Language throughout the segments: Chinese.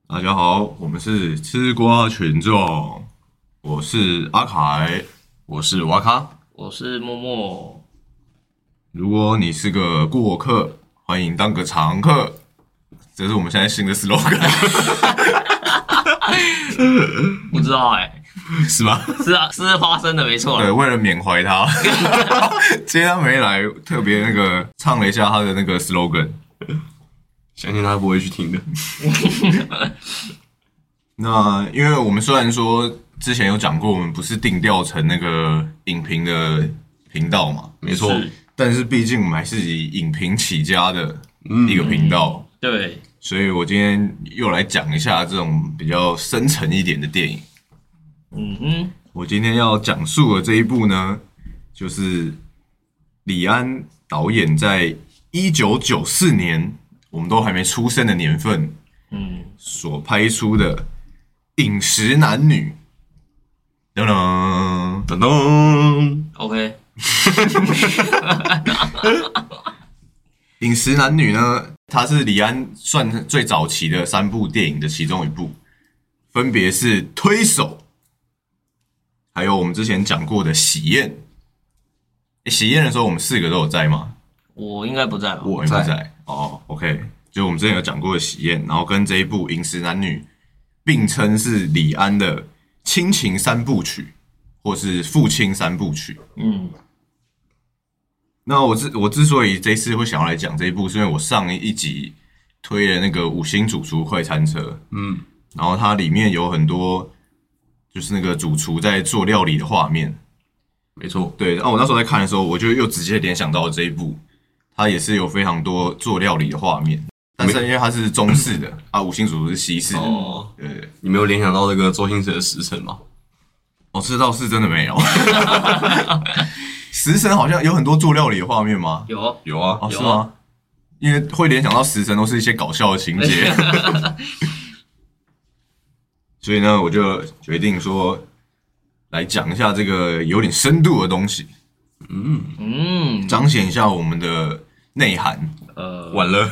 大家好，我们是吃瓜群众，我是阿凯， 我是瓦卡。 我是默默。 如果你是个过客，欢迎当个常客，这是我们现在新的 slogan， 不知道是吗？ 是啊，是发生的没错。 对，为了缅怀他，今天他没来，特别唱了一下他的slogan， 相信他不会去听的。 那因为我们虽然说之前有讲过，我们不是定调成影评的频道嘛， 没错， 但是毕竟我们还是以影评起家的一个频道， 对， 所以我今天又来讲一下这种比较深沉一点的电影。我今天要讲述的这一部呢，就是李安导演在1994年，我们都还没出生的年份，所拍出的《饮食男女》。噔噔噔噔 OK， 饮食男女呢，它是李安算最早期的3部电影的其中一部，分别是《推手》，还有我们之前讲过的《喜宴》。喜宴的时候，我们4个都有在吗？ 我应该不在吧？ 我不在。哦 ，OK， 就我们之前有讲过的《喜宴》，然后跟这一部《饮食男女》并称是李安的亲情3部曲，或是父亲3部曲。那我之所以这次会想要来讲这一部，是因为我上一集推了那个5星主厨快餐车，然后它里面有很多就是那个主厨在做料理的画面， 没错， 对。然后我那时候在看的时候，我就又直接联想到这一部，它也是有非常多做料理的画面，但是因为它是中式的5星主厨是西式的，对。 你没有联想到那个周星驰的《食神》吗？ 哦，这倒是真的没有。食神好像有很多做料理的画面吗？ 有啊， 是吗？因为会联想到食神都是一些搞笑的情节，所以呢，我就决定说来讲一下这个有点深度的东西，彰显一下我们的内涵。 晚了，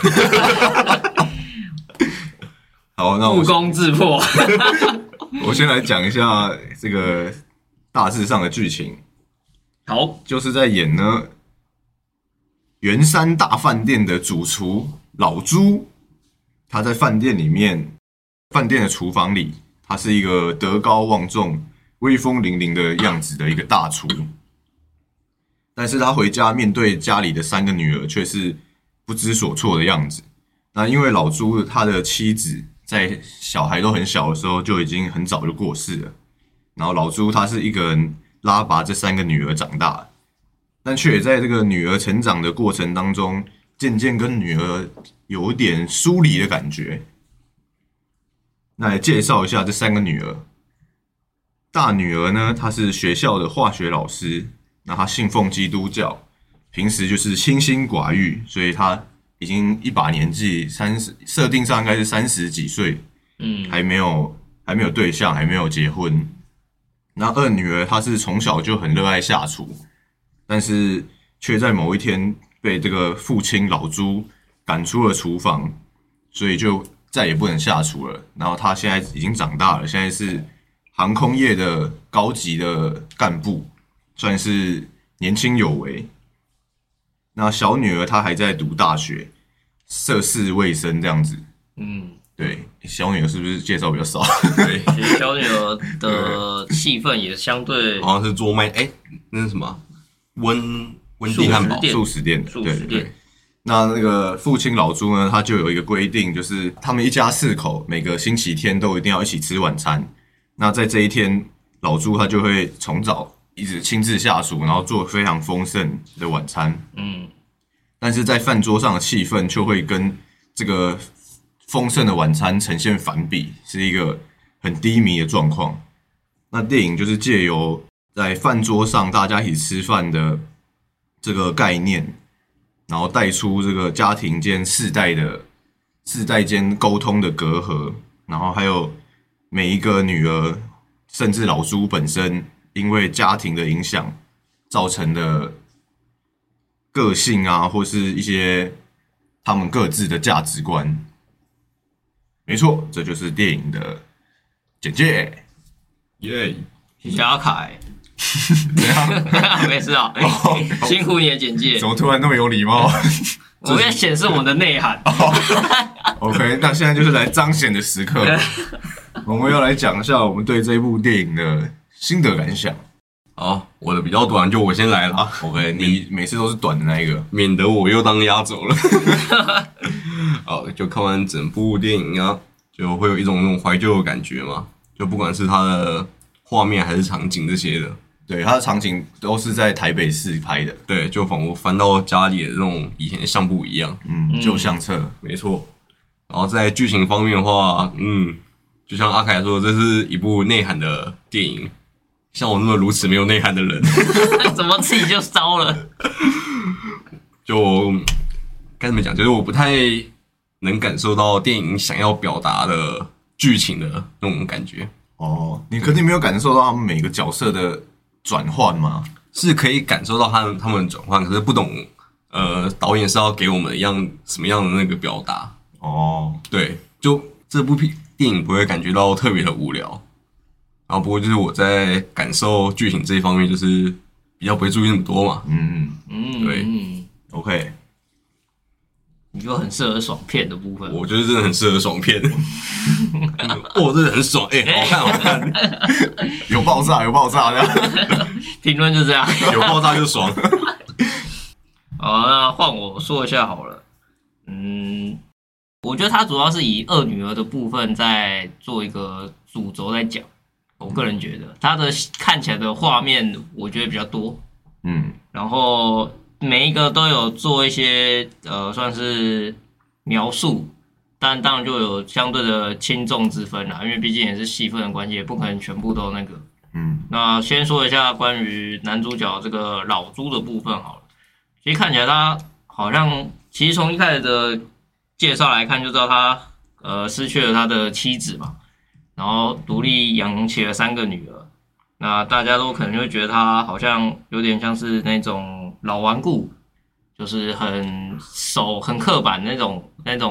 好，那不攻自破。 我先来讲一下这个大致上的剧情。 好， 就是在演呢圆山大饭店的主厨老朱，他在饭店里面，饭店的厨房里，他是一个德高望重、威风凛凛的样子的一个大厨，但是他回家面对家里的3个女儿，却是不知所措的样子。那因为老朱他的妻子在小孩都很小的时候就已经很早就过世了，然后老朱他是一个人拉拔这3个女儿长大，但却也在这个女儿成长的过程当中，渐渐跟女儿有点疏离的感觉。那来介绍一下这3个女儿。大女儿呢，她是学校的化学老师，那她信奉基督教，平时就是清心寡欲，所以她已经一把年纪设定上应该是30几岁，还没有对象，还没有结婚。那2女儿她是从小就很热爱下厨，但是却在某一天被这个父亲老朱赶出了厨房，所以就再也不能下厨了。然后她现在已经长大了，现在是航空业的高级的干部，算是年轻有为。那小女儿她还在读大学，涉世未深这样子。对，小女儿是不是介绍比较少？ 对， 其实小女儿的戏份也相对， 好像是做那是什么温蒂汉堡素食店， 素食店。 那个父亲老朱呢，他就有一个规定，就是他们一家4口每个星期天都一定要一起吃晚餐。那在这一天，老朱他就会从早一直亲自下厨，然后做非常丰盛的晚餐。但是在饭桌上的气氛就会跟这个丰盛的晚餐呈现反比，是一个很低迷的状况。那电影就是借由在饭桌上大家一起吃饭的这个概念，然后带出这个家庭间世代间沟通的隔阂，然后还有每一个女儿，甚至老朱本身，因为家庭的影响造成的个性啊，或是一些他们各自的价值观。 没错，这就是电影的简介。 耶！ 谢谢阿凯， 怎样？ 没事啊，辛苦你的简介怎，么突然那么有礼貌我要显示我们的内涵。 ？OK， 那现在就是来彰显的时刻，我们要来讲一下我们对这部电影的心得感想。 好，我的比较短，就我先来了。 OK， 你每次都是短的那一个， 免得我又当压轴了。好，就看完整部电影啊，就会有一种那种怀旧的感觉嘛。就不管是它的画面还是场景这些的， 对，它的场景都是在台北市拍的， 对，就仿佛翻到家里的那种以前的相簿一样。 旧相册， 没错。然后在剧情方面的话，就像阿凯说，这是一部内涵的电影。像我那么如此没有内涵的人， 怎么自己就烧了？ 就该怎么讲，就是我不太能感受到电影想要表达的剧情的那种感觉。 哦，你肯定没有感受到他们每个角色的转换吗？ 是可以感受到他们的转换，可是不懂导演是要给我们什么样的那个表达。 哦， 对，就这部电影不会感觉到特别的无聊。然后不过就是我在感受剧情这一方面，就是比较不会注意那么多嘛。对 ，OK， 你就很适合爽片的部分。 我觉得真的很适合爽片。真的很爽，好看， 有爆炸，有爆炸的， 评论就这样， 有爆炸就爽。 好，那换我说一下好了。我觉得它主要是以二女儿的部分在做一个主轴在讲。我个人觉得它的看起来的画面，我觉得比较多，然后每一个都有做一些算是描述，但当然就有相对的轻重之分啦，因为毕竟也是戏份的关系，也不可能全部都那个。那先说一下关于男主角这个老朱的部分好了，其实看起来他好像，其实从一开始的介绍来看就知道他失去了他的妻子嘛。然后独立养起了3个女儿，那大家都可能会觉得他好像有点像是那种老顽固，就是很刻板那种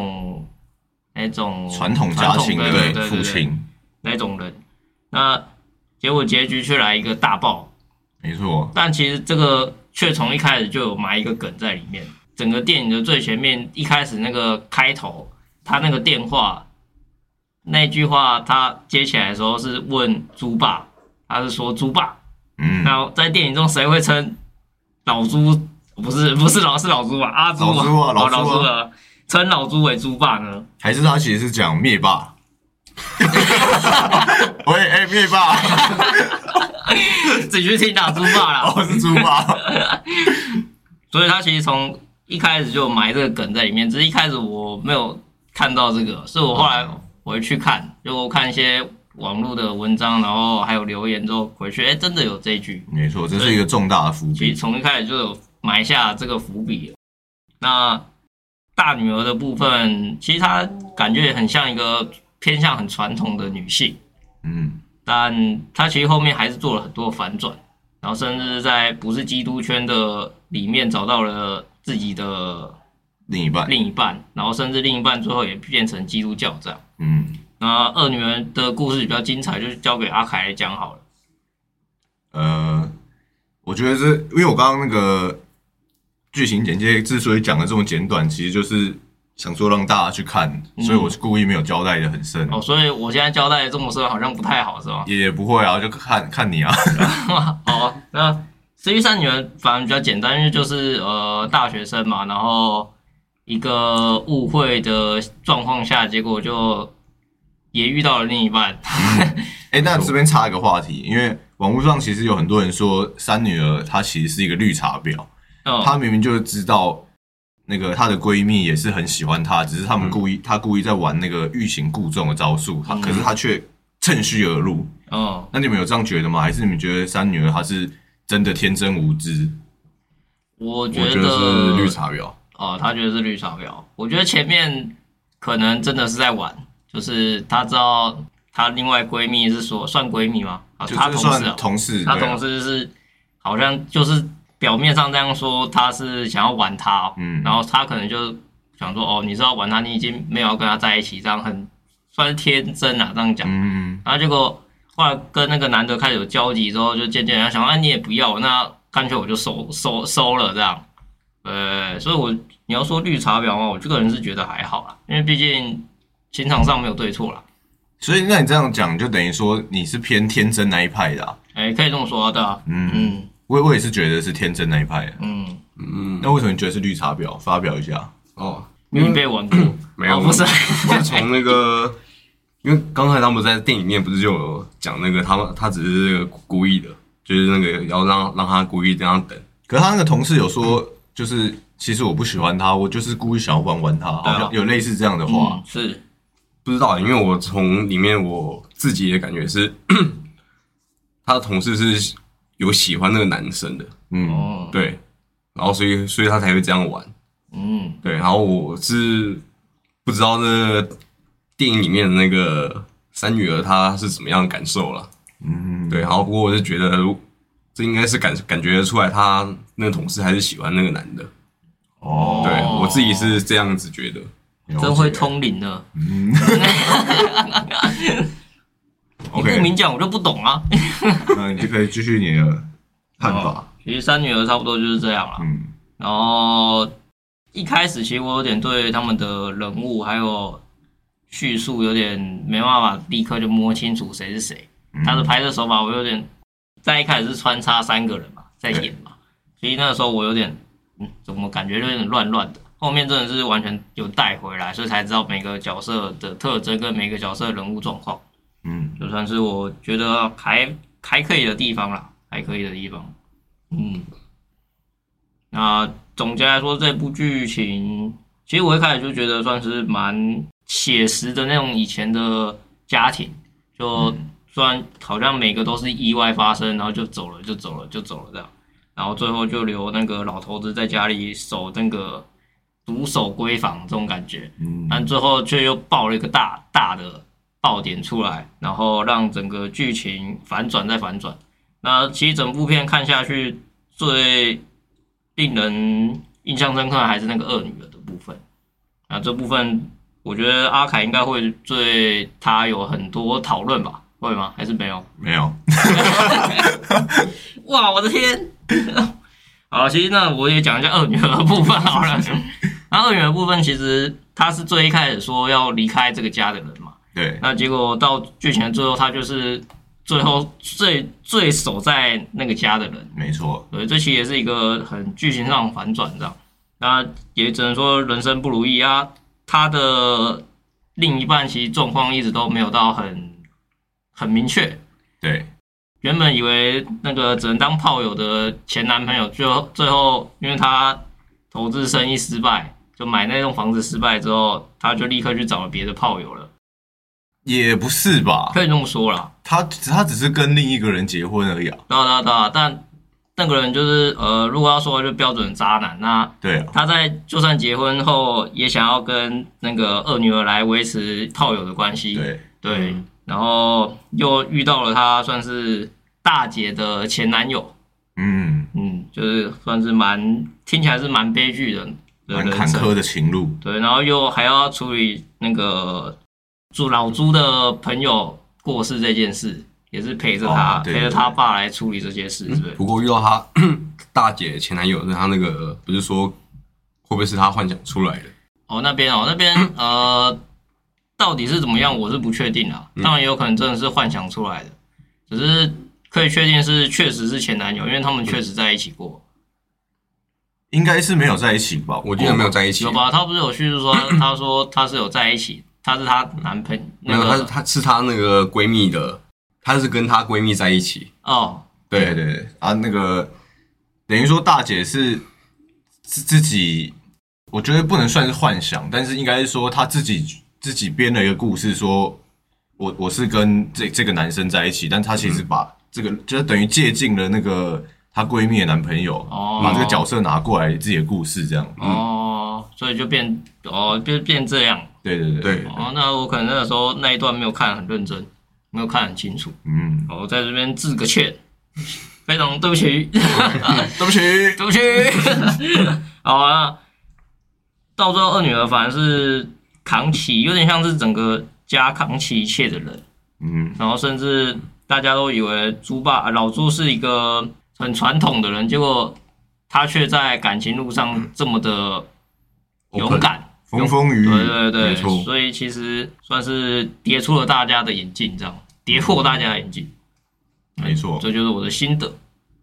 传统家庭的父亲那种人。那结果结局却来一个大爆， 没错。 但其实这个却从一开始就有埋一个梗在里面。整个电影的最前面一开始那个开头，他那个电话。那句话他接起来的时候是问猪爸，他是说猪爸。那在电影中谁会称老猪？不是老猪吧？阿猪啊，老猪啊，称老猪为猪爸呢？ 还是他其实是讲灭霸？喂，灭霸， 自己去听打猪爸啦。 是猪爸。 所以他其实从一开始就埋这个梗在里面，只是一开始我没有看到这个，是我后来回去看，就看一些网络的文章，然后还有留言之后回去，真的有这一句。 没错，这是一个重大的伏笔。 其实从一开始就有埋下这个伏笔了。那大女儿的部分，其实她感觉也很像一个偏向很传统的女性，但她其实后面还是做了很多反转，然后甚至在不是基督圈的里面找到了自己的另一半，然后甚至另一半最后也变成基督教这样。那二女儿的故事比较精彩，就是交给阿凯来讲好了。 我觉得因为我刚刚那个剧情简介之所以讲的这么简短，其实就是想说让大家去看，所以我是故意没有交代的很深。 所以我现在交代的这么深，好像不太好，是吗？ 也不会啊，就看你啊。 好，那13女儿反而比较简单，因为就是大学生嘛，然后一个误会的状况下，结果就也遇到了另一半。 那这边插一个话题，因为网络上其实有很多人说三女儿她其实是一个绿茶婊，她明明就知道那个她的闺蜜也是很喜欢她，只是她故意在玩那个欲擒故纵的招数，可是她却趁虚而入。那你们有这样觉得吗？还是你们觉得三女儿她是真的天真无知？ 我觉得是绿茶婊。 她觉得是绿茶婊。我觉得前面可能真的是在玩，就是她知道她另外闺蜜是说算闺蜜吗？她同事， 她同事是好像就是表面上这样说，她是想要玩她，然后她可能就想说，你是要玩她，你已经没有要跟她在一起，这样很算是天真啊，这样讲。然后结果后来跟那个男的开始有交集之后，就渐渐想，你也不要，那干脆我就收了这样。所以你要说绿茶婊嘛，我这个人是觉得还好啦，因为毕竟情场上没有对错啦。 所以那你这样讲，就等于说你是偏天真那一派的啊？ 可以这么说，对啊。 我也是觉得是天真那一派的。那为什么你觉得是绿茶婊？发表一下。 你被玩过？ 没有， 不是。 是从那个，因为刚才他们在电影里面不是就有讲那个他只是这个故意的，就是那个要让他故意这样等。 可是他那个同事有说，就是其实我不喜欢他，我就是故意想要玩他，好像有类似这样的话。 是不知道，因为我从里面我自己的感觉是，他的同事是有喜欢那个男生的，对，然后所以他才会这样玩，对，然后我是不知道那个电影里面的那个三女儿她是怎么样的感受了，对，然后不过我是觉得这应该是感觉得出来，他那个同事还是喜欢那个男的，对我自己是这样子觉得。 真会通灵的。你不明讲我就不懂啊。 那你就可以继续你的看法。 其实三女儿差不多就是这样啦。然后一开始其实我有点对他们的人物还有叙述有点没办法立刻就摸清楚谁是谁。他的拍摄手法我有点在一开始是穿插3个人嘛，在演嘛，所以那个时候我有点怎么感觉有点乱乱的。后面真的是完全有带回来，所以才知道每个角色的特征跟每个角色的人物状况。就算是我觉得还可以的地方啦，还可以的地方。那总结来说，这部剧情其实我一开始就觉得算是蛮写实的那种以前的家庭，就虽然好像每个都是意外发生，然后就走了这样，然后最后就留那个老头子在家里守那个独守闺房这种感觉，但最后却又爆了一个大的爆点出来，然后让整个剧情反转再反转。那其实整部片看下去，最令人印象深刻的还是那个二女儿的部分。那这部分我觉得阿凯应该会对他有很多讨论吧？会吗？还是没有？ 没有。 哇，我的天！好，其实那我也讲一下二女儿的部分好了。那二女儿的部分其实她是最一开始说要离开这个家的人嘛， 对。 那结果到剧情的最后，她就是最后最守在那个家的人， 没错。 对，这其实也是一个很剧情上的反转，这样。那也只能说人生不如意啊。她的另一半其实状况一直都没有到很明确， 对。 原本以为那个只能当炮友的前男朋友，最后因为他投资生意失败，就买那栋房子失败之后，他就立刻去找了别的炮友了。 也不是吧？ 可以这么说啦。 他只是跟另一个人结婚而已啊。 对，但那个人就是如果要说就标准渣男，那对啊， 他在就算结婚后也想要跟那个二女儿来维持炮友的关系。对。然后又遇到了他算是大姐的前男友，就是算是听起来是蛮悲剧的， 蛮坎坷的情路。 对，然后又还要处理那个老朱的朋友过世这件事，也是陪着他，陪着他爸来处理这些事，是不是？ 不过遇到他大姐前男友，他那个不是说会不会是他幻想出来的？ 那边到底是怎么样，我是不确定啦。当然也有可能真的是幻想出来的，只是可以确定是确实是前男友，因为他们确实在一起过。 应该是没有在一起吧？ 我记得没有在一起。 有吧？他不是有叙述说，他说他是有在一起，他是他男朋友， 没有，他是他那个闺蜜的，他是跟他闺蜜在一起。 对啊，那个等于说大姐是自己，我觉得不能算是幻想，但是应该是说她自己编了一个故事，说我是跟这个男生在一起，但她其实把这个就是等于借鉴了那个她闺蜜的男朋友，把这个角色拿过来自己的故事这样。 所以就变这样。 对。 那我可能那个时候那一段没有看很认真，没有看很清楚。我在这边致个歉，非常对不起，对不起。好啊，到最后二女儿反而是扛起，有点像是整个家扛起一切的人。然后甚至大家都以为老朱是一个很传统的人，结果他却在感情路上这么的勇敢， 风风雨雨。 对， 没错。 所以其实算是跌出了大家的眼镜，这样跌破大家的眼镜。 没错， 这就是我的心得。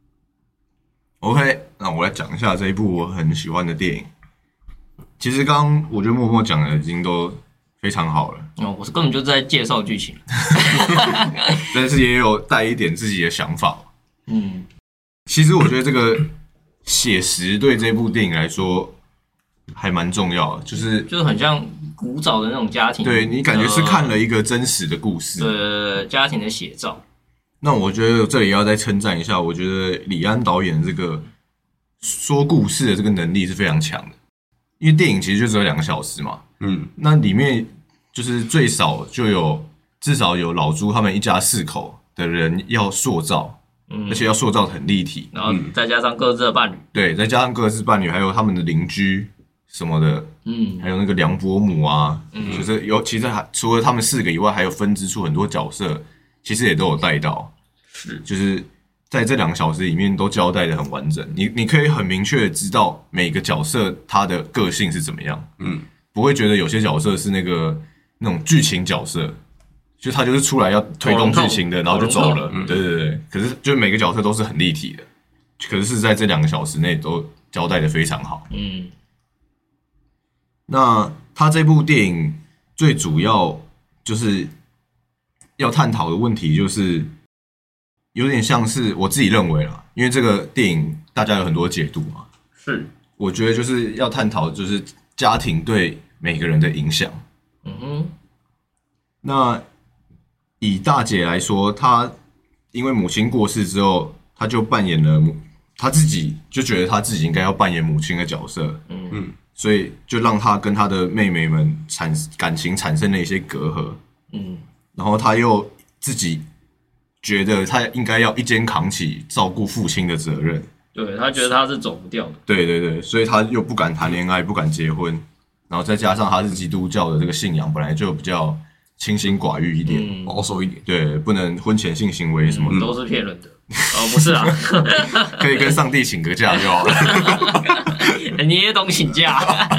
OK， 那我来讲一下这一部我很喜欢的电影。其实刚刚我觉得默默讲的已经都非常好了。 我是根本就在介绍剧情， 但是也有带一点自己的想法。其实我觉得这个写实对这部电影来说还蛮重要的，就是很像古早的那种家庭。 对，你感觉是看了一个真实的故事， 对，家庭的写照。 那我觉得这里要再称赞一下，我觉得李安导演这个说故事的这个能力是非常强的。因为电影其实就只有2个小时嘛，那里面就是最少至少有老朱他们一家4口的人要塑造，而且要塑造得很立体， 然后再加上各自的伴侣， 对，再加上各自伴侣，还有他们的邻居什么的，还有那个梁伯母啊，就是其实除了他们4个以外，还有分支出很多角色，其实也都有带到，就是在这2个小时里面都交代的很完整，你可以很明确的知道每个角色他的个性是怎么样，不会觉得有些角色是那种剧情角色，就他就是出来要推动剧情的，然后就走了，对，可是就每个角色都是很立体的，可是在这2个小时内都交代的非常好。那他这部电影最主要就是要探讨的问题就是有点像是我自己认为啦，因为这个电影大家有很多解读嘛， 是我觉得就是要探讨就是家庭对每个人的影响。那以大姐来说，她因为母亲过世之后，她就扮演了她自己就觉得她自己应该要扮演母亲的角色，所以就让她跟她的妹妹们感情产生了一些隔阂，然后她又自己觉得她应该要一肩扛起照顾父亲的责任， 对，她觉得她是走不掉的， 对，所以她又不敢谈恋爱，不敢结婚，然后再加上她是基督教的这个信仰本来就比较清心寡欲一点， 保守一点， 对，不能婚前性行为什么的， 都是骗人的。不是啊， 可以跟上帝请个假就好了。 你也懂请假。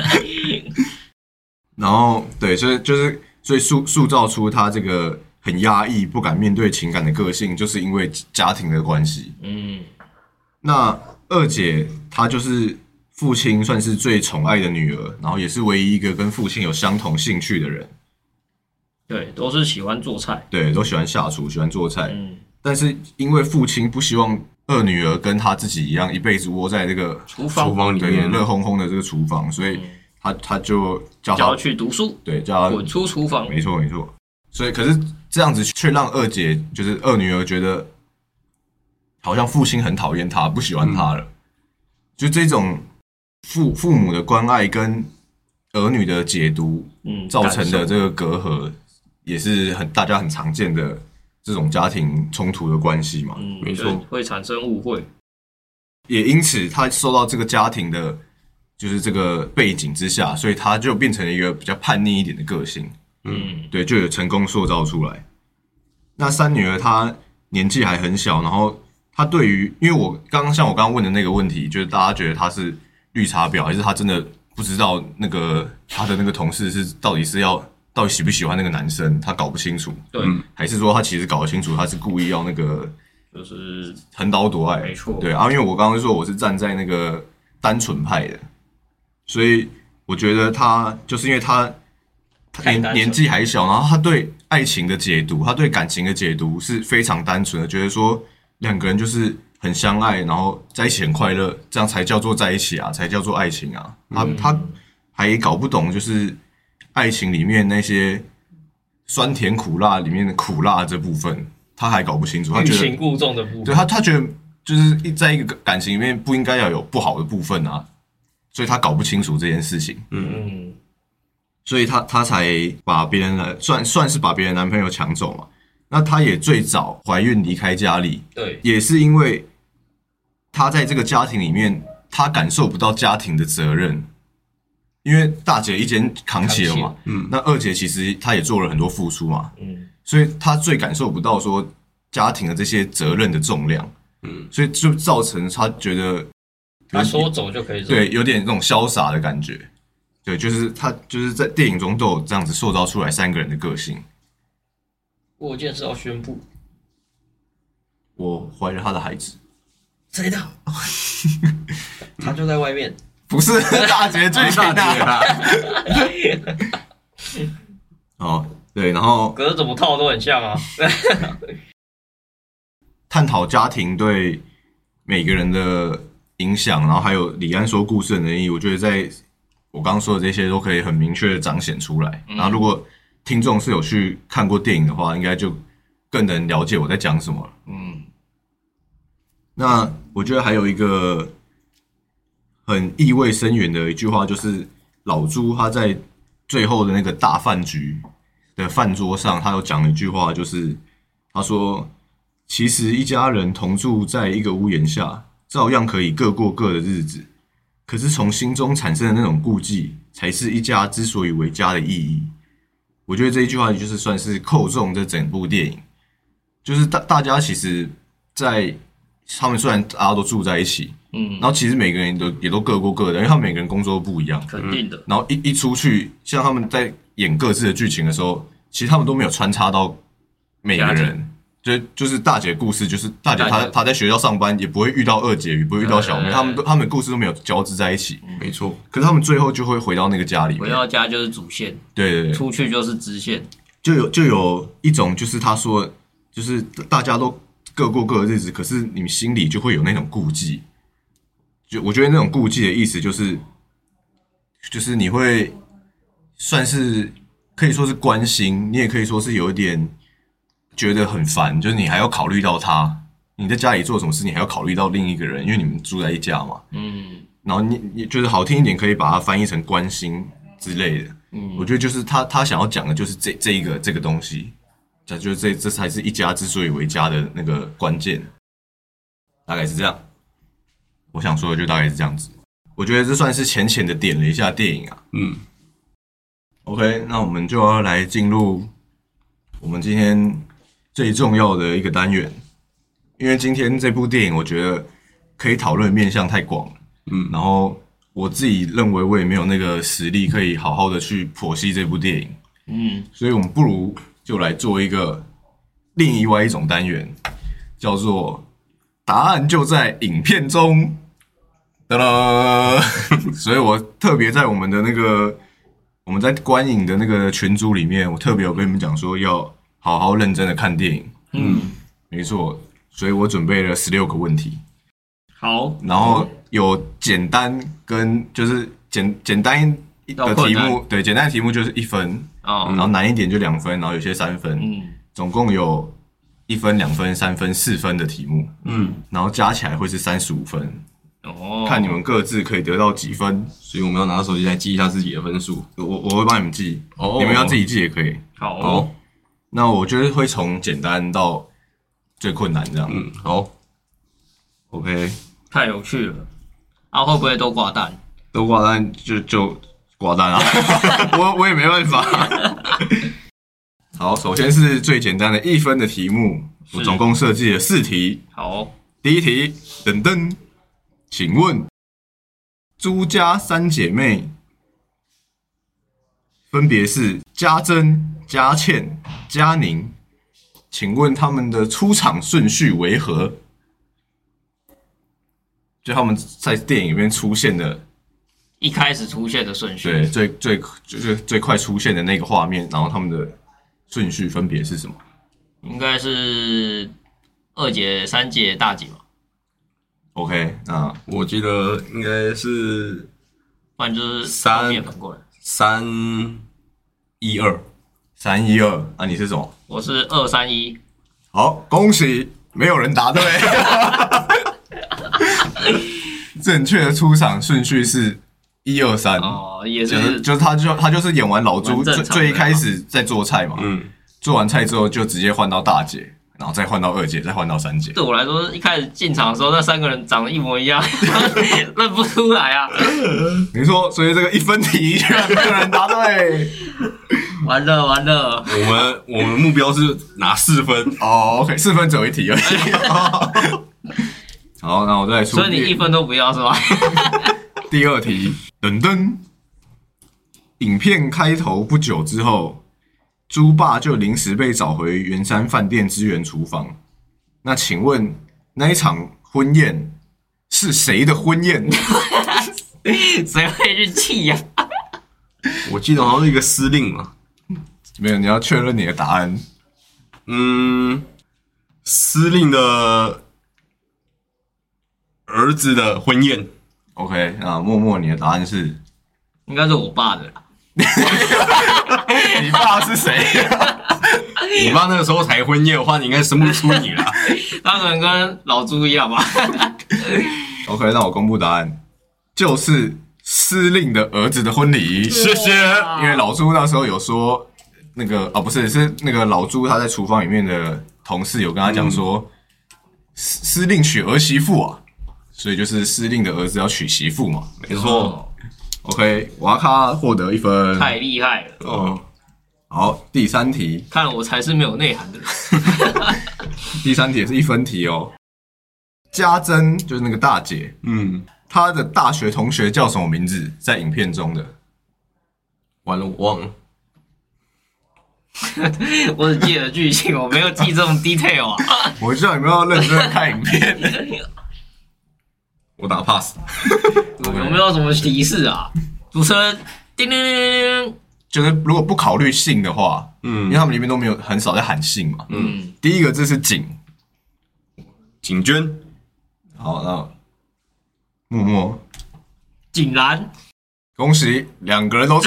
然后对，所以塑造出他这个很压抑、不敢面对情感的个性，就是因为家庭的关系。那二姐她就是父亲算是最宠爱的女儿，然后也是唯一一个跟父亲有相同兴趣的人。 对，都是喜欢做菜， 对，都喜欢下厨，喜欢做菜。但是因为父亲不希望二女儿跟他自己一样一辈子窝在这个厨房里面热烘烘的这个厨房，所以他就叫他去读书， 对，叫他滚出厨房。 没错。所以可是这样子却让二姐就是二女儿觉得好像父亲很讨厌她，不喜欢她了。就这种父母的关爱跟儿女的解读造成的这个隔阂，也是大家很常见的这种家庭冲突的关系嘛。 没错，会产生误会。 也因此，他受到这个家庭的，就是这个背景之下，所以他就变成了一个比较叛逆一点的个性。对，就有成功塑造出来。那三女儿她年纪还很小，然后她对于，因为我刚刚问的那个问题，就是大家觉得她是绿茶婊，还是她真的不知道那个她的那个同事是到底喜不喜欢那个男生，她搞不清楚。 对， 还是说她其实搞得清楚，她是故意要那个就是横刀夺爱。 没错。 对啊，因为我刚刚说我是站在那个单纯派的，所以我觉得她就是因为她年纪还小，然后他对爱情的解读，他对感情的解读是非常单纯的，觉得说两个人就是很相爱，然后在一起很快乐，这样才叫做在一起啊，才叫做爱情啊。他还搞不懂，就是爱情里面那些酸甜苦辣里面的苦辣这部分，他还搞不清楚。他觉得欲擒故纵的部分， 对他觉得就是在一个感情里面不应该要有不好的部分啊，所以他搞不清楚这件事情。所以他才把别人算是把别人男朋友抢走嘛。那他也最早怀孕离开家里， 对， 也是因为他在这个家庭里面，他感受不到家庭的责任， 因为大姐一肩扛起了嘛，那二姐其实她也做了很多付出嘛，所以她最感受不到说家庭的这些责任的重量，所以就造成她觉得她说走就可以走， 对，有点那种潇洒的感觉，对，就是她就是在电影中都有这样子塑造出来3个人的个性。 我有件事要宣布， 我怀了他的孩子， 谁的？他就在外面。 不是大姐最大姐啦。哦，对，然后可是怎么套都很像啊。 探讨家庭对每个人的影响，然后还有李安说故事的能力，我觉得在我刚刚说的这些都可以很明确的彰显出来。然后如果听众是有去看过电影的话，应该就更能了解我在讲什么了。那我觉得还有一个很意味深远的一句话，就是老朱他在最后的那个大饭局的饭桌上，他有讲一句话，就是他说：“其实一家人同住在一个屋檐下，照样可以各过各的日子。可是从心中产生的那种顾忌，才是一家之所以为家的意义。”我觉得这一句话就是算是扣中这整部电影，就是大家其实，在他们虽然大家都住在一起，然后其实每个人也都各过各的，因为他们每个人工作都不一样， 肯定的。 然后一出去，像他们在演各自的剧情的时候，其实他们都没有穿插到每个人。就是大姐的故事，就是大姐她在学校上班，也不会遇到二姐，也不会遇到小妹，他们的故事都没有交织在一起。 没错。 可是他们最后就会回到那个家里面， 回到家就是主线， 对， 出去就是支线。 就有一种就是他说，就是大家都各过各的日子，可是你们心里就会有那种顾忌。就我觉得那种顾忌的意思就是你会算是可以说是关心，你也可以说是有一点觉得很烦，就是你还要考虑到他，你在家里做什么事，你还要考虑到另一个人，因为你们住在一家嘛。然后你觉得好听一点，可以把它翻译成关心之类的。我觉得就是他想要讲的就是这个东西，就是这才是一家之所以为家的那个关键，大概是这样。我想说的就大概是这样子。我觉得这算是浅浅的点了一下电影啊。OK， 那我们就要来进入我们今天最重要的一个单元，因为今天这部电影我觉得可以讨论面向太广了，然后我自己认为我也没有那个实力可以好好的去剖析这部电影，所以我们不如就来做一个另外一种单元，叫做答案就在影片中，哒啦，所以我特别在我们的那个我们在观影的那个群组里面，我特别有跟你们讲说要好好认真的看电影。没错，所以我准备了16个问题。 好， 然后有简单跟就是简单的题目，对，简单的题目就是1分，然后难一点就2分，然后有些3分，总共有1分、2分、3分、4分的题目，然后加起来会是35分。看你们各自可以得到几分， 所以我们要拿手机来记一下自己的分数。 我会帮你们记，你们要自己记也可以。 好， 那我觉得会从简单到最困难这样。 好 ，OK， 太有趣了。会不会都挂蛋？ 都挂蛋就挂蛋啊！我也没办法。好，首先是最简单的1分的题目，我总共设计了4题。 好， 第一题，噔噔。请问朱家3姐妹分别是家珍、家倩、家宁，请问她们的出场顺序为何？就他们在电影里面出现的， 一开始出现的顺序， 对，就是最快出现的那个画面，然后他们的顺序分别是什么？ 应该是2姐、3姐、大姐吧。 OK， 那我记得应该是， 不然就是3反过来 ，3-1-2，3-1-2 啊，你是什么？ 我是2-3-1。 好，恭喜，没有人答对。正确的出场顺序是1-2-3。 也是， 就是他就是演完老朱最一开始在做菜嘛，做完菜之后就直接换到大姐， 然后再换到二姐，再换到三姐。 对我来说，一开始进场的时候，那3个人长得一模一样，认不出来啊。 没错，所以这个1分题居然没有人答对， 完了。 我们目标是拿4分哦。OK， 4分只有1题而已。好，那我再来出。 所以你1分都不要是吧？ 第2题，噔噔。影片开头不久之后，猪爸就临时被找回圆山饭店支援厨房。那请问那一场婚宴是谁的婚宴？ 谁会去气呀？ 我记得好像是一个司令嘛。 没有，你要确认你的答案。 司令的儿子的婚宴。 OK， 那默默你的答案是？ 应该是我爸的啦。 你爸是谁？ 你爸那个时候才婚宴的话，你应该生不出你啦。 他可能跟老朱一样吧。 OK， 那我公布答案，就是司令的儿子的婚礼。 谢谢。 因为老朱那时候有说，那个不是，是那个老朱他在厨房里面的同事有跟他讲说，司令娶儿媳妇啊，所以就是司令的儿子要娶媳妇嘛。 没错。 OK， 瓦卡获得1分， 太厉害了。 哦，好，第3题， 看我才是没有内涵的人。 第3题也是1分题哦。家珍就是那个大姐，她的大学同学叫什么名字？在影片中的， 完了，我忘了。 我只记得剧情，我没有记这种 detail 啊。 我知道你们要认真看影片。 我打 pass。 有没有什么提示啊？主持人叮叮叮叮， 就是如果不考虑姓的话，因为他们里面都没有很少在喊姓嘛。第一个字是景娟。 好，那默默景然， 恭喜2个人都错。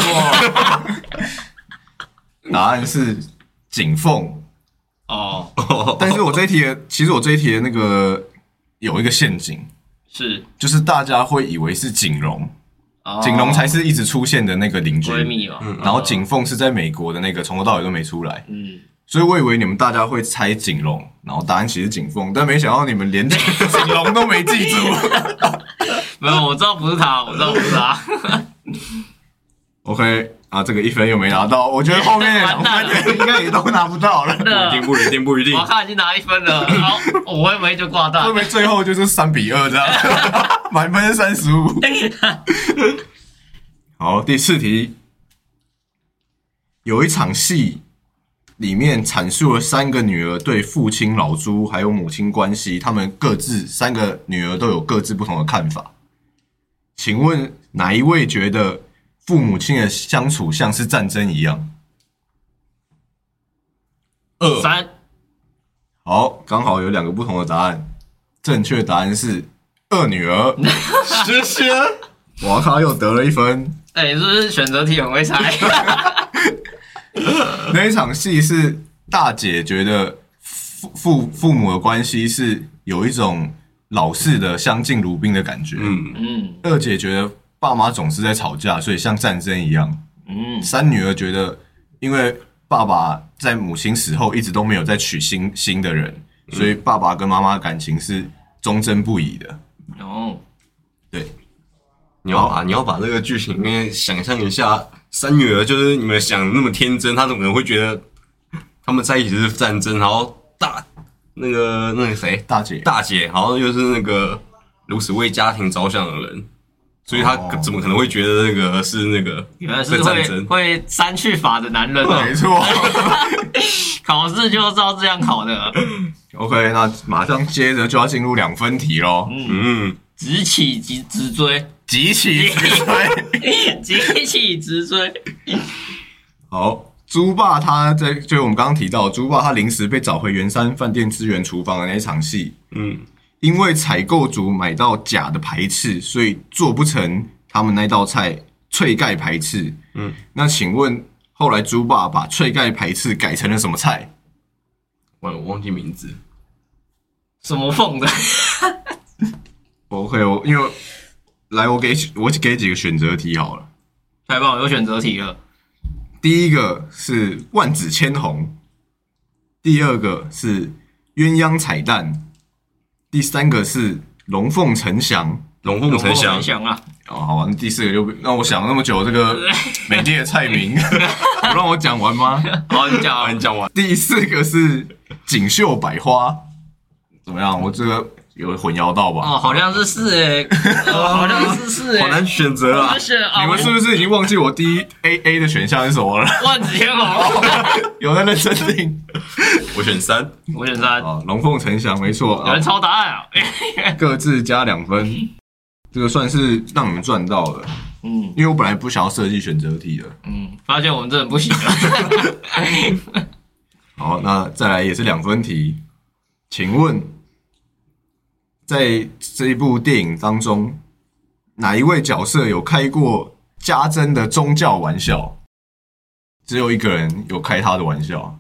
答案是景凤。 哦， 但是我这一题的，其实我这一题的那个有一个陷阱。就是大家会以为是景荣，景荣才是一直出现的那个邻居， 闺蜜嘛。 然后景凤是在美国的那个，从头到尾都没出来。所以我以为你们大家会猜景荣，然后答案其实景凤，但没想到你们连景荣都没记住。 没有，我知道不是他。 OK 啊，这个1分又没拿到，我觉得后面2分应该也都拿不到了。 不一定。 我看已经拿1分了，好，我会不会就挂断？ 会不会最后就是3-2这样？满分是35。好，第4题，有一场戏里面阐述了3个女儿对父亲老朱还有母亲关系，他们各自3个女儿都有各自不同的看法。请问哪一位觉得父母亲的相处像是战争一样 ？2、 3。 好，刚好有2个不同的答案，正确答案是2女儿。 谢谢。 瓦卡又得了1分。 你是不是选择题很会猜？ 那一场戏是大姐觉得父母的关系是有一种老式的相敬如宾的感觉。2姐觉得爸妈总是在吵架，所以像战争一样。3女儿觉得，因为爸爸在母亲死后一直都没有再娶新的人，所以爸爸跟妈妈的感情是忠贞不移的。对， 你要把这个剧情里面想象一下，3女儿就是你们想的那么天真，她怎么可能会觉得他们在一起是战争？然后那个谁，大姐好像又是那个如此为家庭着想的人。所以他怎么可能会觉得那个是那个原来是会删去法的男人啊？ 没错， 考试就照这样考的。 OK， 那马上接着就要进入2分题咯。 直起直追， 急起直追。 好，猪爸他就是我们刚刚提到，猪爸他临时被找回圆山饭店支援厨房的那一场戏。因为采购组买到假的排翅，所以做不成他们那道菜脆盖排翅。那请问后来猪爸把脆盖排翅改成了什么菜？ 我忘记名字。 什么凤的 ？OK， 因为我给几个选择题好了。 太棒了，有选择题了。 第一个是万紫千红，第2个是鸳鸯彩蛋，第3个是龙凤呈祥。 龙凤呈祥啊！ 好吧，那第4个就让我想了那么久，这个美丽的菜名，不让我讲完吗？ 好，你讲， 你讲完。 第4个是锦绣百花，怎么样？我这个有混淆到吧？ 哦，好像是好像是好难选择啊！ 你们是不是已经忘记我第一 A 的选项是什么了？ 万紫千红， 有在认真听。 我选3， 我选3。 哦，龙凤呈祥，没错。 有人抄答案啊！ 各自加2分。这个算是让你们赚到了，因为我本来不想要设计选择题的， 发现我们真的不行了。 好，那再来也是2分题，请问在这一部电影当中，哪一位角色有开过家珍的宗教玩笑？只有一个人有开他的玩笑，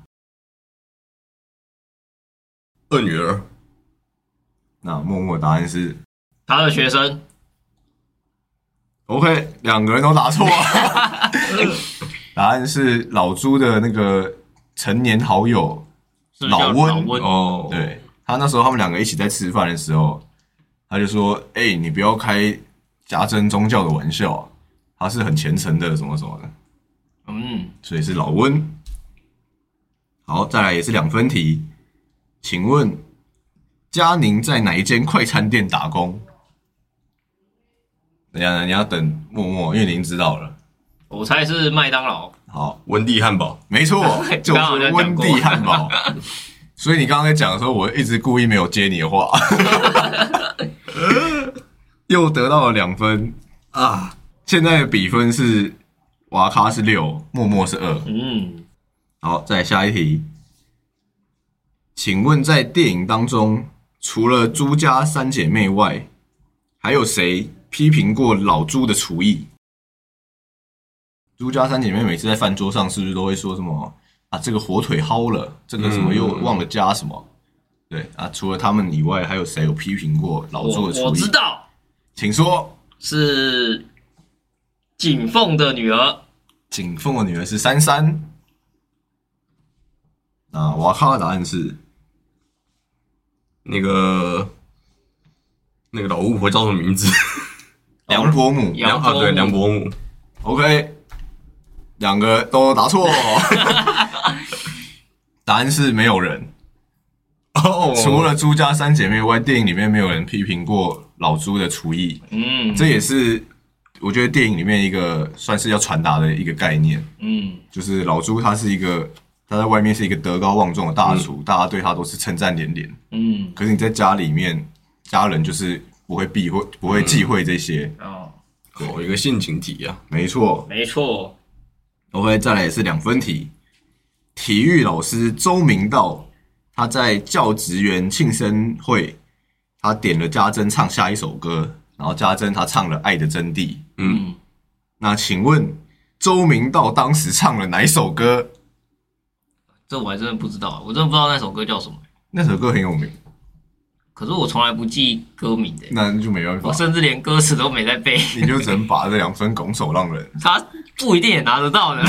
二女儿。 那默默答案是他的学生。 OK， 2个人都答错。答案是老朱的那个陈年好友老温哦， 对，他那时候他们2个一起在吃饭的时候，他就说：“你不要开家珍宗教的玩笑，他是很虔诚的，什么什么的。”所以是老温。好，再来也是2分题，请问嘉宁在哪一间快餐店打工？等一下，你要等默默，因为你已经知道了。 我猜是麦当劳。 好， 温蒂汉堡， 没错，就是温蒂汉堡。所以你刚刚在讲的时候，我一直故意没有接你的话，又得到了2分啊！现在的比分是瓦卡是6，默默是2。好，再来下一题，请问在电影当中，除了朱家3姐妹外，还有谁批评过老朱的厨艺？朱家3姐妹每次在饭桌上是不是都会说什么啊？这个火腿蒿了，这个什么又忘了加什么？对啊，除了他们以外，还有谁有批评过老朱的厨艺？ 我知道， 请说。 是景凤的女儿。 景凤的女儿是33。那瓦卡的答案是那个老巫婆叫什么名字？ 梁伯母。 对，梁伯母。 OK， 2个都答错。答案是没有人。除了朱家3姐妹外，电影里面没有人批评过老朱的厨艺。这也是我觉得电影里面一个算是要传达的一个概念。就是老朱他在外面是一个德高望重的大厨，大家对他都是称赞连连。可是你在家里面，家人就是不会忌讳这些。 有一个陷阱题啊， 没错。OK， 再来也是2分题。体育老师周明道，他在教职员庆生会，他点了家珍唱下一首歌，然后家珍他唱了《爱的真谛》。那请问周明道当时唱了哪一首歌？ 这我还真的不知道，我真的不知道那首歌叫什么。 那首歌很有名， 可是我从来不记歌名的。 那就没办法， 我甚至连歌词都没在背。 你就只能把这2分拱手让人。 他不一定也拿得到的。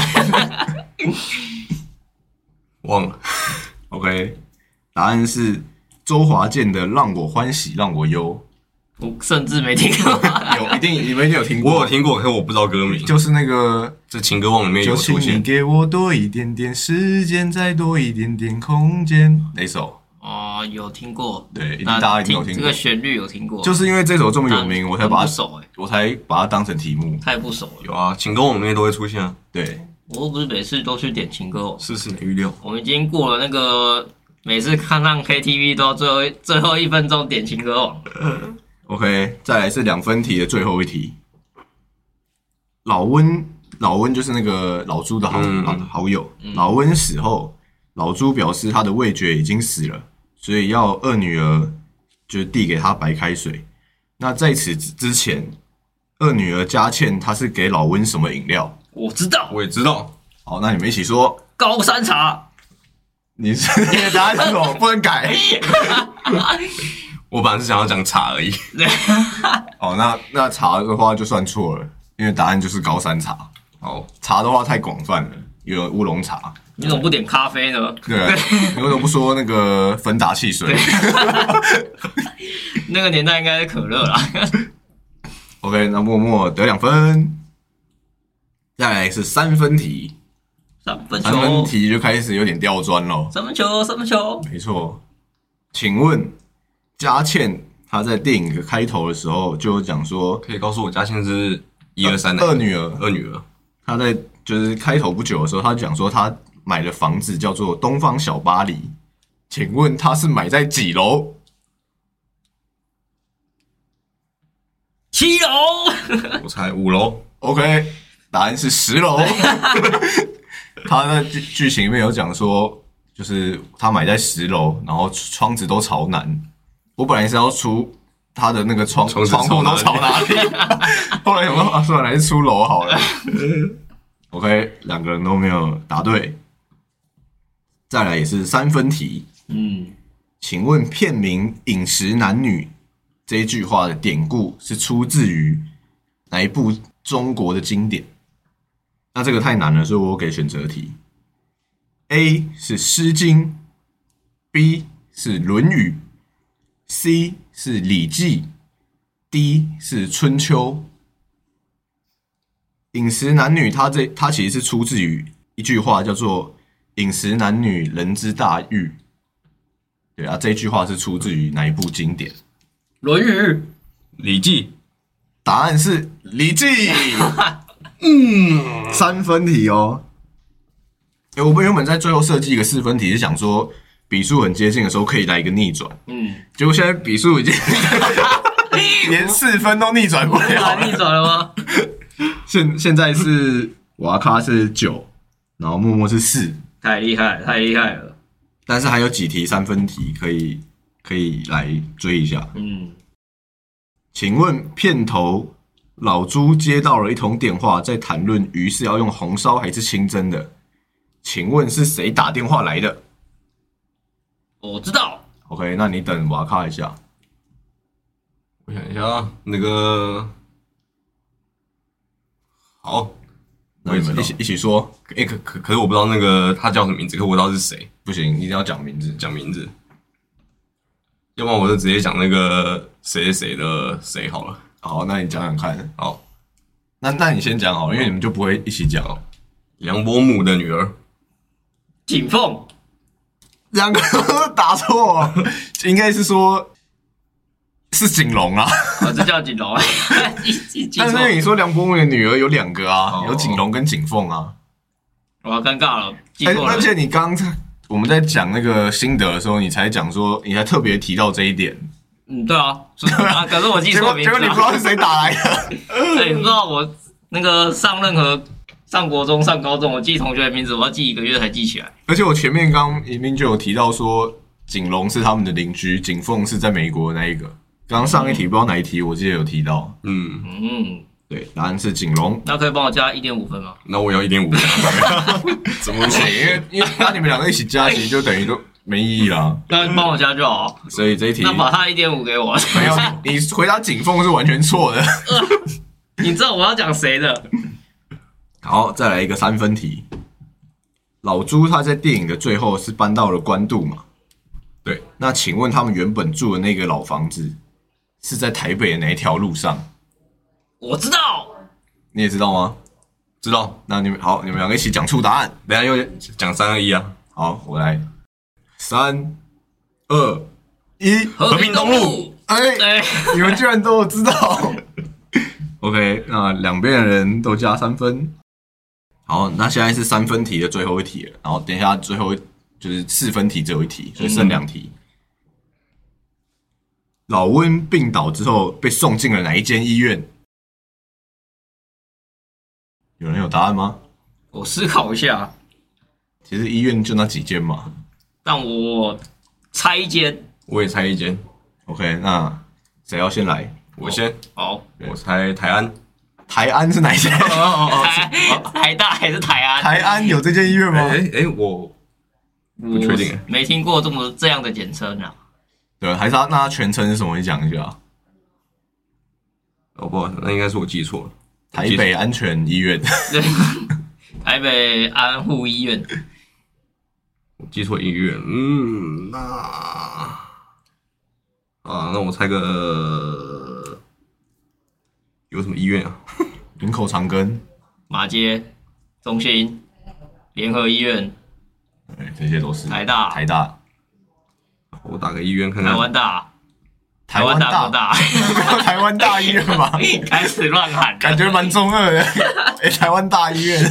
忘了。 OK， 答案是周华健的《让我欢喜让我忧》。 我甚至没听过。 你们一定有听过。 我有听过，可是我不知道歌名。 就是那个这情歌网里面有出现。 就请你给我多一点点时间，再多一点点空间。哪首？ 有听过。 对，大家一定有听过。 这个旋律有听过。 就是因为这首这么有名，我才把它当成题目。 太不熟了。 有啊，情歌网里面都会出现啊。 对， 我又不是每次都去点情歌。 事事难预料。 我们已经过了那个每次看上 KTV 都要最后1分钟点情歌网。 OK， 再来是2分题的最后一题。老温就是那个老朱的好友。老温死后，老朱表示他的味觉已经死了，所以要2女儿就递给他白开水。那在此之前，2女儿佳倩她是给老温什么饮料？ 我知道， 我也知道。 好，那你们一起说。 高山茶。 你的答案是什么？不能改。 我本来是想要讲茶而已。 那茶的话就算错了，因为答案就是高山茶。茶的话太广泛了，有乌龙茶、 你怎么不点咖啡呢？ 对啊，你为什么不说那个芬达汽水？ 那个年代应该是可乐啦。 OK， 那默默得2分。再来是3分题 ，3分球 ，3分题就开始有点刁钻咯。 3分球， 没错。请问佳倩她在电影的开头的时候就有讲说， 可以告诉我佳倩是1、2、3的二女儿。她在就是开头不久的时候，她讲说她买的房子叫做东方小巴黎。请问她是买在几楼 ？7楼。 我猜5楼。 OK， 答案是10楼。她在剧情里面有讲说，就是她买在10楼，然后窗子都朝南。我本来是要出她的那个窗户都朝哪里，后来想说算了，还是出楼好了。OK， 2个人都没有答对。再来也是3分题。请问片名“饮食男女”这一句话的典故是出自于哪一部中国的经典？那这个太难了，所以我给选择题。A 是《诗经》，B 是《论语》，C 是《礼记》，D 是《春秋》。饮食男女它其实是出自于一句话，叫做“饮食男女，人之大欲”。对啊，这句话是出自于哪一部经典？《 论语》、《 礼记》。 答案是《礼记》。3分题哦。我们原本在最后设计一个4分题，是想说比数很接近的时候可以来一个逆转。结果现在比数已经连4分都逆转不了。 逆转了吗？ 现在是瓦卡是9，然后默默是4， 太厉害了。 但是还有几题3分题可以来追一下。请问片头老朱接到了一通电话，在谈论鱼是要用红烧还是清蒸的？请问是谁打电话来的？ 我知道。 OK， 那你等瓦卡一下。 我想一下啊，那个好， 那你们一起说。 可是我不知道那个他叫什么名字，可我知道是谁。 不行，一定要讲名字。 要不然我就直接讲那个谁的谁好了。 好，那你讲讲看。 好， 那你先讲好了，因为你们就不会一起讲。 梁伯母的女儿景凤。 2个都打错，应该是说是景龙啊。 这叫景龙。 但是你说梁伯母的女儿有2个啊，有景龙跟景凤啊。 我要尴尬了，记错了。 而且你刚我们在讲那个心得的时候，你才讲说，你才特别提到这一点。 对啊，可是我记错名字。 结果你不知道是谁打来的。 对，你不知道我那个上国中、上高中，我记同学的名字，我要记1个月才记起来。 而且我前面刚明明就有提到说，景龙是他们的邻居，景凤是在美国的那一个。刚刚上一题不知道哪一题，我记得有提到。对，答案是景龙。 那可以帮我加1.5分吗？ 那我要1.5分。 怎么行？因为那你们2个一起加，其实就等于都没意义啦。 那你帮我加就好。 所以这一题， 那把他1.5给我。 没有，你回答景凤是完全错的。 你知道我要讲谁的？ 好，再来一个3分题。老朱他在电影的最后是搬到了关渡嘛？对。那请问他们原本住的那个老房子是在台北的哪一条路上？ 我知道。 你也知道吗？ 知道。 那你们2个一起讲出答案。 等一下又讲3、2、1啊。 好，我来。3、2、1， 和平东路。 你们居然都有知道。OK， 那2边的人都加3分。好，那现在是3分题的最后一题了，然后等一下最后就是4分题只有1题，所以剩2题。老温病倒之后被送进了哪一间医院？有人有答案吗？ 我思考一下。 其实医院就那几间嘛。 但我猜1间。 我也猜1间。 OK， 那谁要先来？ 我先。 好， 我猜台安。 台安是哪一间？ 台大还是台安？ 台安有这间医院吗？ 我不确定， 没听过这样的简称啊。 对，还是那它全称是什么？你讲一下。 不好意思，那应该是我记错了。 台北安全医院。 对，台北安护医院。 我记错医院，那我猜个有什么医院啊？ 林口长庚、 马街、中心、联合医院， 这些都是台大。 我打个医院看看。 台湾大。 台湾大，台湾大医院吧？ 开始乱喊， 感觉蛮中二的。台湾大医院。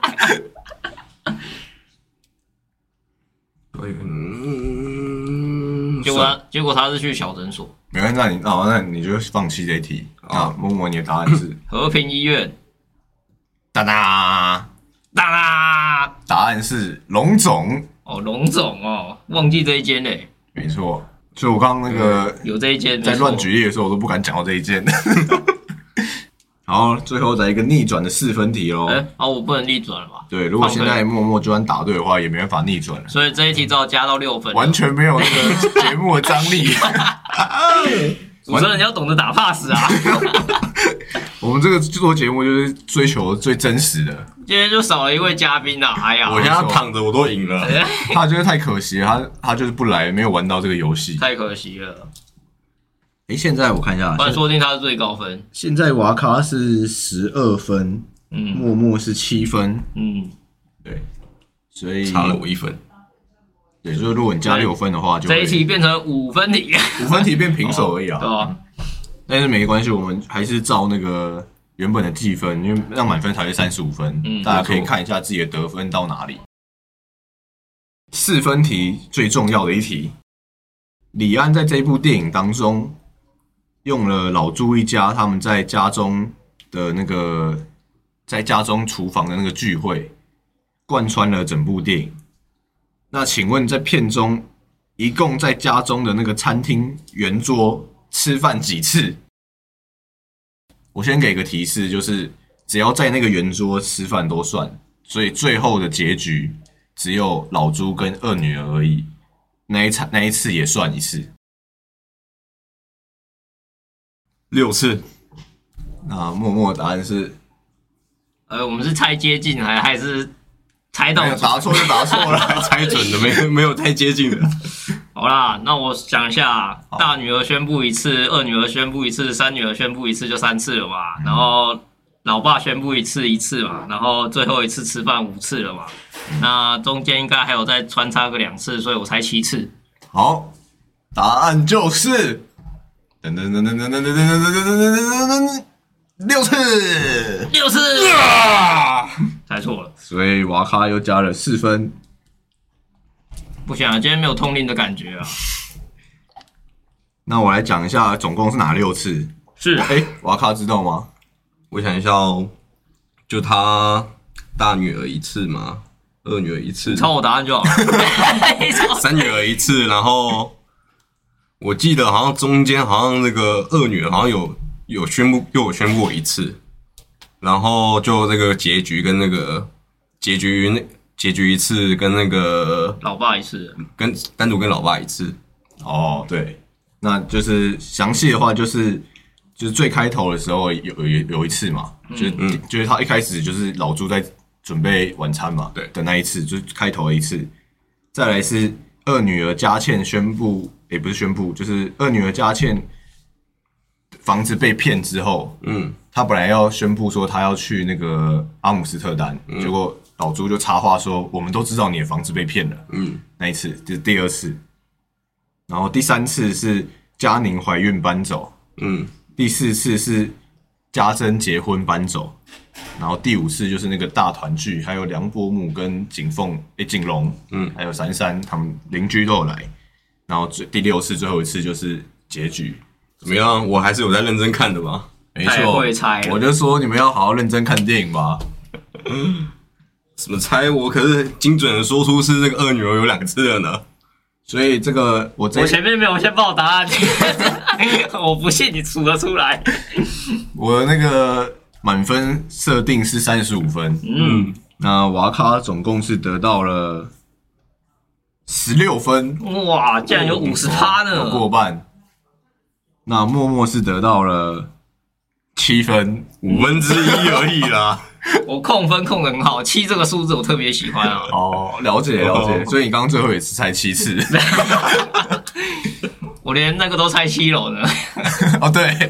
结果他是去小诊所。 没关系，那你就放弃这一题。默默你的答案是和平医院。 哒哒，答案是龙总。 龙总忘记这一间嘞。 没错。所以我刚刚那个有这一件在乱举例的时候，我都不敢讲到这一件。好，最后再一个逆转的4分题咯。 我不能逆转了吧？ 对，如果现在默默就算答对的话，也没办法逆转了。 所以这一题只好加到6分， 完全没有那个节目的张力。 主持人要懂得打 pass 啊！ 我们这个做节目就是追求最真实的。 今天就少了一位嘉宾啊！哎呀， 我现在躺着我都赢了。 他觉得太可惜了，他就是不来，没有玩到这个游戏， 太可惜了。 现在我看一下， 说不定他是最高分。 现在瓦卡是12分，默默是7分，对，所以差了我1分。 对，就是如果你加6分的话，就这一题变成5分题 ，5分题变平手而已啊。 对啊， 但是没关系，我们还是照那个原本的计分，因为让满分才会35分，大家可以看一下自己的得分到哪里。4分题最重要的一题，李安在这部电影当中用了老朱一家他们在家中的那个在家中厨房的那个聚会，贯穿了整部电影。那请问在片中一共在家中的那个餐厅圆桌吃饭几次？我先给个提示，就是只要在那个圆桌吃饭都算，所以最后的结局只有老朱跟二女儿而已，那一次也算一次。6次。那默默的答案是， 我们是猜接近还是猜到？ 答错就答错了， 猜准的没有太接近的。 好啦，那我想一下，大女儿宣布1次，二女儿宣布1次，三女儿宣布1次，就3次了嘛。然后老爸宣布1次嘛，然后最后一次吃饭5次了嘛。那中间应该还有再穿插个2次，所以我猜7次。 好，答案就是6次 ，6次，猜错了， 所以瓦卡又加了4分。 不行啊，今天没有通灵的感觉啊。 那我来讲一下，总共是哪6次？ 是， 瓦卡知道吗？ 我想一下哦，就他大女儿1次嘛，二女儿1次， 抄我答案就好了。 三女儿1次，然后我记得好像中间好像那个二女儿好像有宣布过1次，然后就那个结局跟那个结局1次，跟那个老爸1次， 跟单独跟老爸1次。 哦，对，那就是详细的话就是最开头的时候有1次嘛，就是他一开始就是老朱在准备晚餐嘛， 对的那一次，就是开头的1次。再来是二女儿佳倩宣布，不是宣布，就是二女儿佳倩房子被骗之后，他本来要宣布说他要去那个阿姆斯特丹，结果老朱就插话说，我们都知道你的房子被骗了，那一次就是第2次。然后第3次是嘉宁怀孕搬走，第4次是家珍结婚搬走，然后第5次就是那个大团聚，还有梁伯母跟景龙，还有珊珊他们邻居都有来，然后第6次最后一次就是结局。 怎么样？我还是有在认真看的吧？ 没错，我就说你们要好好认真看电影吧。 什么猜？我可是精准的说出是那个二女儿有2次了呢。 所以这个我前面没有先报答案，我不信你数得出来。 我的那个满分设定是35分，那瓦卡总共是得到了16分， 哇，竟然有50%呢， 有过半。那默默是得到了7分 ，1/5而已啦。 我控分控得很好，7这个数字我特别喜欢啊。 哦，了解。所以你刚刚最后也是猜7次。 我连那个都猜7楼的。 哦，对。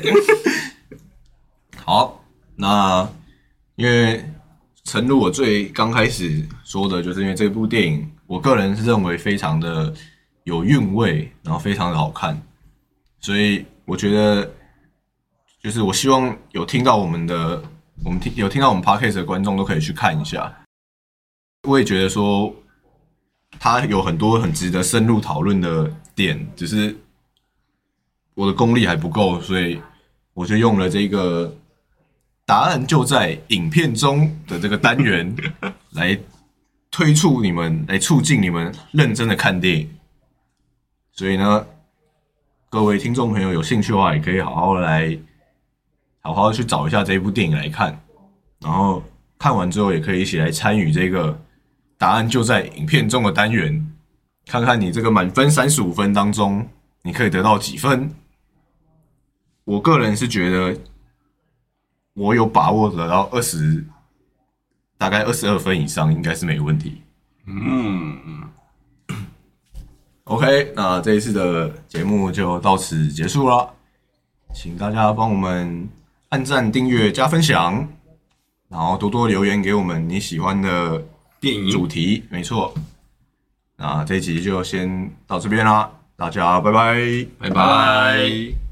好，那因为诚如我最刚开始说的，就是因为这部电影，我个人是认为非常的有韵味，然后非常的好看，所以我觉得，就是我希望有听到我们 podcast 的观众都可以去看一下。我也觉得说，它有很多很值得深入讨论的点，只是我的功力还不够，所以我就用了这个答案就在影片中的这个单元来促进你们认真的看电影。所以呢，各位听众朋友有兴趣的话，也可以好好的去找一下这一部电影来看，然后看完之后也可以一起来参与这个答案就在影片中的单元，看看你这个满分35分当中你可以得到几分。我个人是觉得我有把握得到大概22分以上应该是没问题。OK， 那这一次的节目就到此结束了，请大家帮我们按赞、订阅、加分享，然后多多留言给我们你喜欢的电影主题。没错，那这一集就先到这边啦，大家拜拜， 拜拜。